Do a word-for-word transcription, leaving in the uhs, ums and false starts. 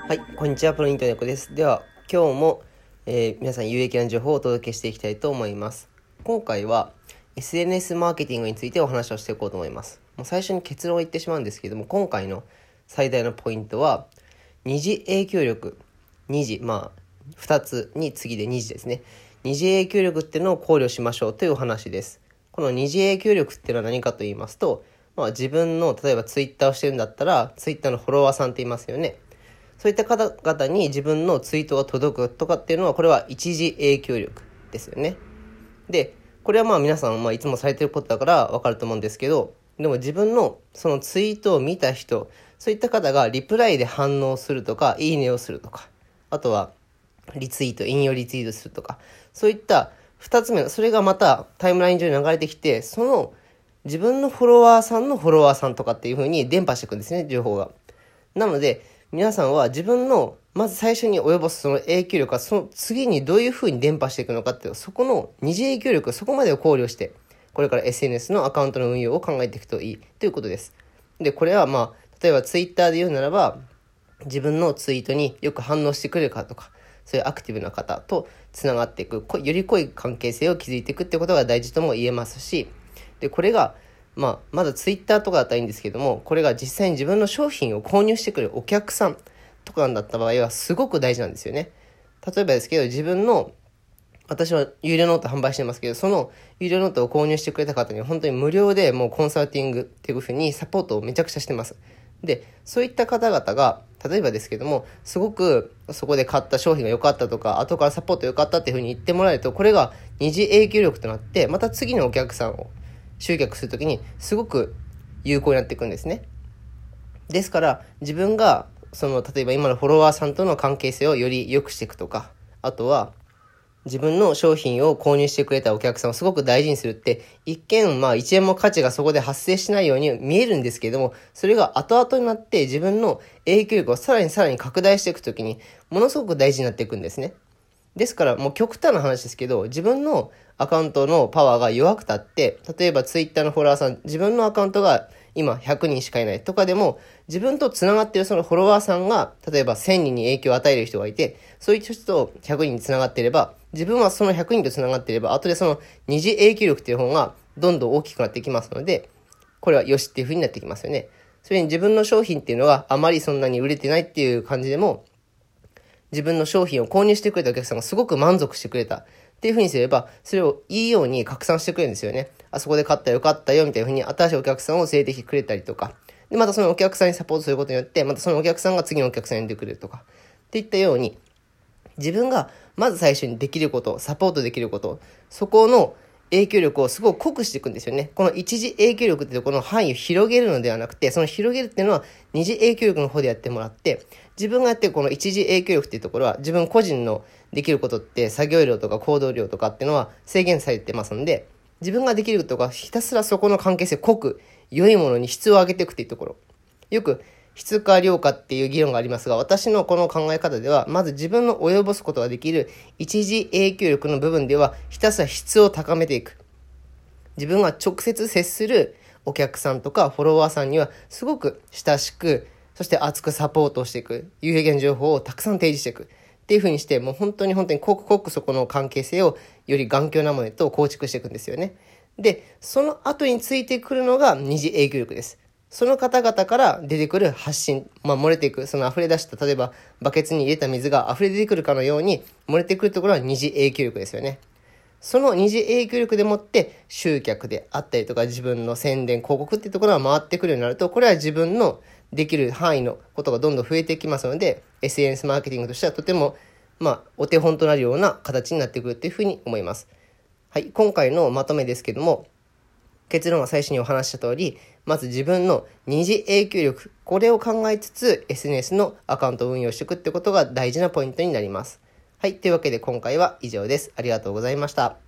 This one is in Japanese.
はい、こんにちは、プロイントネコです。では、今日も、えー皆さん有益な情報をお届けしていきたいと思います。今回は エスエヌエス マーケティングについてお話をしていこうと思います。もう最初に結論を言ってしまうんですけども、今回の最大のポイントは、二次影響力、二次、まあ、二つに次で二次ですね。二次影響力っていうのを考慮しましょうというお話です。この二次影響力っていうのは何かと言いますと、まあ、自分の、例えばツイッターをしてるんだったら、ツイッターのフォロワーさんって言いますよね。そういった方々に自分のツイートが届くとかっていうのは、これは一次影響力ですよね。で、これはまあ皆さん、まあいつもされてることだからわかると思うんですけど、でも自分のそのツイートを見た人、そういった方がリプライで反応するとか、いいねをするとか、あとはリツイート、引用リツイートするとか、そういった二つ目の、それがまたタイムライン上に流れてきて、その自分のフォロワーさんのフォロワーさんとかっていう風に伝播していくんですね、情報が。なので、皆さんは自分のまず最初に及ぼすその影響力はその次にどういう風に伝播していくのかっていう、そこの二次影響力、そこまでを考慮してこれから エスエヌエス のアカウントの運用を考えていくといいということです。で、これはまあ例えばツイッターで言うならば、自分のツイートによく反応してくれるかとか、そういうアクティブな方とつながっていく、より濃い関係性を築いていくってことが大事とも言えますし、でこれがまあ、まだツイッターとかだったらいいんですけども、これが実際に自分の商品を購入してくるお客さんとかだった場合はすごく大事なんですよね。例えばですけど、自分の、私は有料ノート販売してますけど、その有料ノートを購入してくれた方に本当に無料でもうコンサルティングっていう風にサポートをめちゃくちゃしてます。で、そういった方々が、例えばですけども、すごくそこで買った商品が良かったとか、後からサポート良かったっていう風に言ってもらえると、これが二次影響力となって、また次のお客さんを集客するときにすごく有効になっていくんですね。ですから自分がその例えば今のフォロワーさんとの関係性をより良くしていくとか、あとは自分の商品を購入してくれたお客さんをすごく大事にするって、一見まあいちえんも価値がそこで発生しないように見えるんですけれども、それが後々になって自分の影響力をさらにさらに拡大していくときにものすごく大事になっていくんですね。ですからもう極端な話ですけど、自分のアカウントのパワーが弱くたって、例えばツイッターのフォロワーさん、自分のアカウントが今ひゃくにんしかいないとかでも、自分とつながっているそのフォロワーさんが例えばせんにんに影響を与える人がいて、そういう人とひゃくにんにつながっていれば、自分はそのひゃくにんとつながっていれば、後でその二次影響力っていう方がどんどん大きくなっていきますので、これはよしっていう風になってきますよね。それに自分の商品っていうのはあまりそんなに売れてないっていう感じでも、自分の商品を購入してくれたお客さんがすごく満足してくれたっていう風にすれば、それをいいように拡散してくれるんですよね。あそこで買ったらよかったよみたいな風に新しいお客さんを連れてきてくれたりとか、でまたそのお客さんにサポートすることによって、またそのお客さんが次のお客さんに呼んでくれるとかっていったように、自分がまず最初にできること、サポートできること、そこの影響力をすごく濃くしていくんですよね。この一次影響力っていうこの範囲を広げるのではなくて、その広げるっていうのは二次影響力の方でやってもらって、自分がやってるこの一次影響力っていうところは、自分個人のできることって作業量とか行動量とかっていうのは制限されてますので、自分ができることがひたすらそこの関係性濃く良いものに質を上げていくっていうところ。よく質か量かっていう議論がありますが、私のこの考え方では、まず自分の及ぼすことができる一次影響力の部分では、ひたすら質を高めていく。自分が直接接するお客さんとかフォロワーさんには、すごく親しく、そして熱くサポートをしていく。有益な情報をたくさん提示していく。っていう風にして、もう本当に本当に濃く濃くそこの関係性をより頑強なものへと構築していくんですよね。で、その後についてくるのが二次影響力です。その方々から出てくる発信、まあ漏れていく、その溢れ出した、例えばバケツに入れた水が溢れ出てくるかのように漏れてくるところは二次影響力ですよね。その二次影響力でもって集客であったりとか、自分の宣伝、広告っていうところが回ってくるようになると、これは自分のできる範囲のことがどんどん増えていきますので、 エスエヌエス マーケティングとしてはとてもまあお手本となるような形になってくるというふうに思います。はい、今回のまとめですけども、結論は最初にお話した通り、まず自分の二次影響力、これを考えつつ エスエヌエス のアカウントを運用していくってことが大事なポイントになります。はい、というわけで今回は以上です。ありがとうございました。